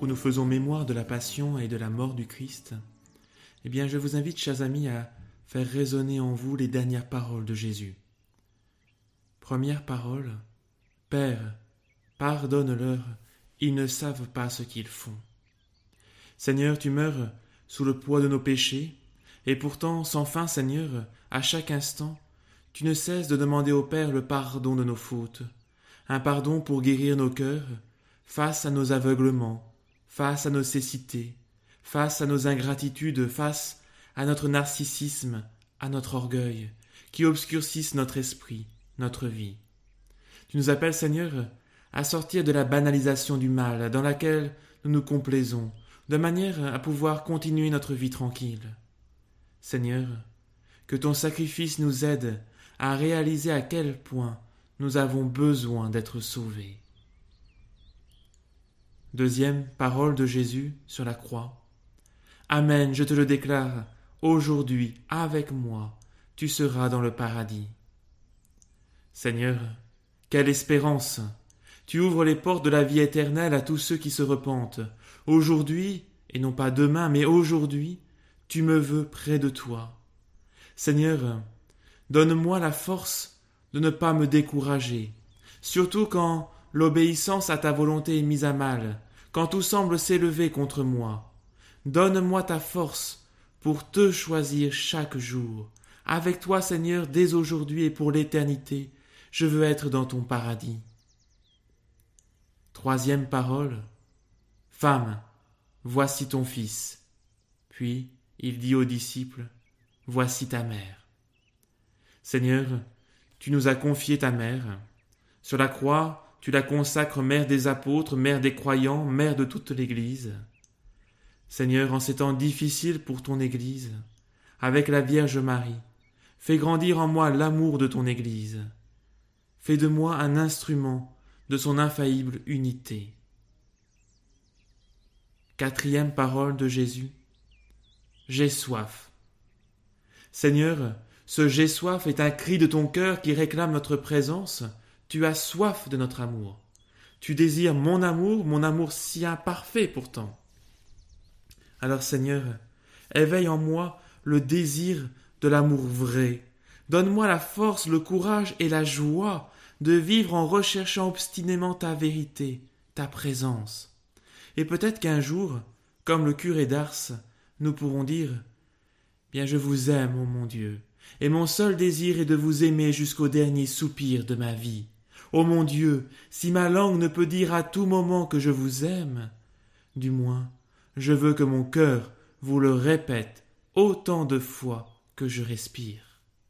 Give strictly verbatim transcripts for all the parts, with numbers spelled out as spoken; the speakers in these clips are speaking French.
où nous faisons mémoire de la passion et de la mort du Christ, eh bien, je vous invite, chers amis, à faire résonner en vous les dernières paroles de Jésus. Première parole, « Père, pardonne-leur, ils ne savent pas ce qu'ils font. » Seigneur, tu meurs sous le poids de nos péchés, et pourtant, sans fin, Seigneur, à chaque instant, tu ne cesses de demander au Père le pardon de nos fautes, un pardon pour guérir nos cœurs, face à nos aveuglements, face à nos cécités, face à nos ingratitudes, face à notre narcissisme, à notre orgueil, qui obscurcissent notre esprit, notre vie. Tu nous appelles, Seigneur, à sortir de la banalisation du mal dans laquelle nous nous complaisons, de manière à pouvoir continuer notre vie tranquille. Seigneur, que ton sacrifice nous aide à réaliser à quel point nous avons besoin d'être sauvés. Deuxième parole de Jésus sur la croix. Amen, je te le déclare, aujourd'hui, avec moi, tu seras dans le paradis. Seigneur, quelle espérance! Tu ouvres les portes de la vie éternelle à tous ceux qui se repentent. Aujourd'hui, et non pas demain, mais aujourd'hui, tu me veux près de toi. Seigneur, donne-moi la force de ne pas me décourager, surtout quand l'obéissance à ta volonté est mise à mal, quand tout semble s'élever contre moi. Donne-moi ta force pour te choisir chaque jour. Avec toi, Seigneur, dès aujourd'hui et pour l'éternité, je veux être dans ton paradis. Troisième parole. Femme, voici ton fils. Puis il dit aux disciples, voici ta mère. Seigneur, tu nous as confié ta mère. Sur la croix, tu la consacres mère des apôtres, mère des croyants, mère de toute l'Église. Seigneur, en ces temps difficiles pour ton Église, avec la Vierge Marie, fais grandir en moi l'amour de ton Église. Fais de moi un instrument de son infaillible unité. Quatrième parole de Jésus. J'ai soif. Seigneur, ce j'ai soif est un cri de ton cœur qui réclame notre présence. Tu as soif de notre amour. Tu désires mon amour, mon amour si imparfait pourtant. Alors Seigneur, éveille en moi le désir de l'amour vrai. Donne-moi la force, le courage et la joie de vivre en recherchant obstinément ta vérité, ta présence. Et peut-être qu'un jour, comme le curé d'Ars, nous pourrons dire « Bien, je vous aime, ô mon Dieu, et mon seul désir est de vous aimer jusqu'au dernier soupir de ma vie. Ô mon Dieu, si ma langue ne peut dire à tout moment que je vous aime, du moins, je veux que mon cœur vous le répète autant de fois que je respire. »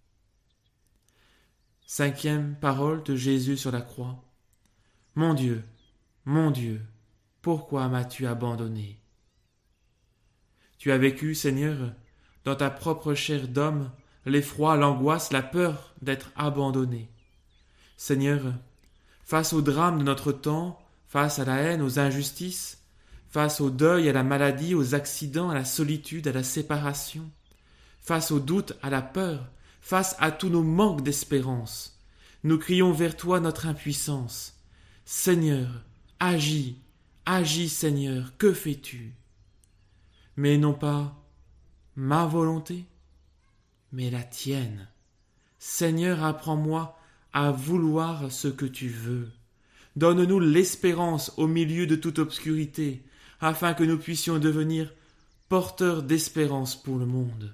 Cinquième parole de Jésus sur la croix. Mon Dieu, mon Dieu, pourquoi m'as-tu abandonné? Tu as vécu, Seigneur, dans ta propre chair d'homme, l'effroi, l'angoisse, la peur d'être abandonné. Seigneur, face au drame de notre temps, face à la haine, aux injustices, face au deuil, à la maladie, aux accidents, à la solitude, à la séparation, face au doute, à la peur, face à tous nos manques d'espérance, nous crions vers toi notre impuissance. Seigneur, agis, agis Seigneur, que fais-tu? Mais non pas ma volonté, mais la tienne. Seigneur, apprends-moi à vouloir ce que tu veux. Donne-nous l'espérance au milieu de toute obscurité, afin que nous puissions devenir porteurs d'espérance pour le monde.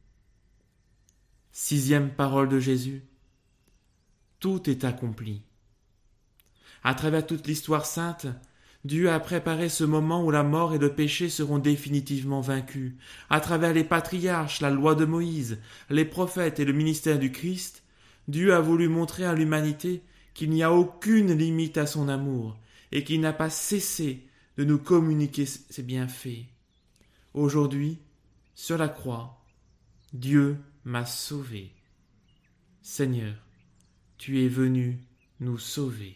Sixième parole de Jésus. Tout est accompli. À travers toute l'histoire sainte, Dieu a préparé ce moment où la mort et le péché seront définitivement vaincus. À travers les patriarches, la loi de Moïse, les prophètes et le ministère du Christ, Dieu a voulu montrer à l'humanité qu'il n'y a aucune limite à son amour et qu'il n'a pas cessé de nous communiquer ses bienfaits. Aujourd'hui, sur la croix, Dieu m'a sauvé. Seigneur, tu es venu nous sauver.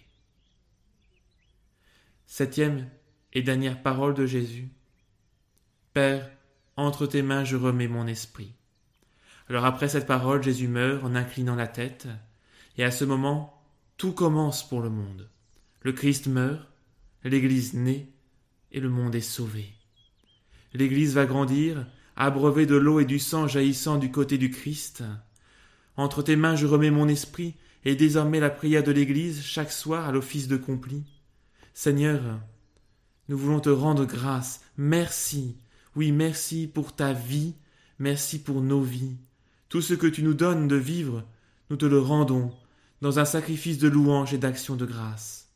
Septième et dernière parole de Jésus. Père, entre tes mains je remets mon esprit. Alors après cette parole, Jésus meurt en inclinant la tête, et à ce moment, tout commence pour le monde. Le Christ meurt, l'Église naît, et le monde est sauvé. L'Église va grandir, abreuvée de l'eau et du sang jaillissant du côté du Christ. Entre tes mains je remets mon esprit, et désormais la prière de l'Église chaque soir à l'office de complis. Seigneur, nous voulons te rendre grâce. Merci, oui merci pour ta vie, merci pour nos vies. Tout ce que tu nous donnes de vivre, nous te le rendons dans un sacrifice de louange et d'action de grâce.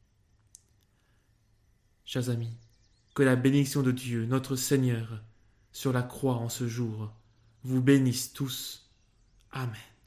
Chers amis, que la bénédiction de Dieu, notre Seigneur, sur la croix en ce jour, vous bénisse tous. Amen.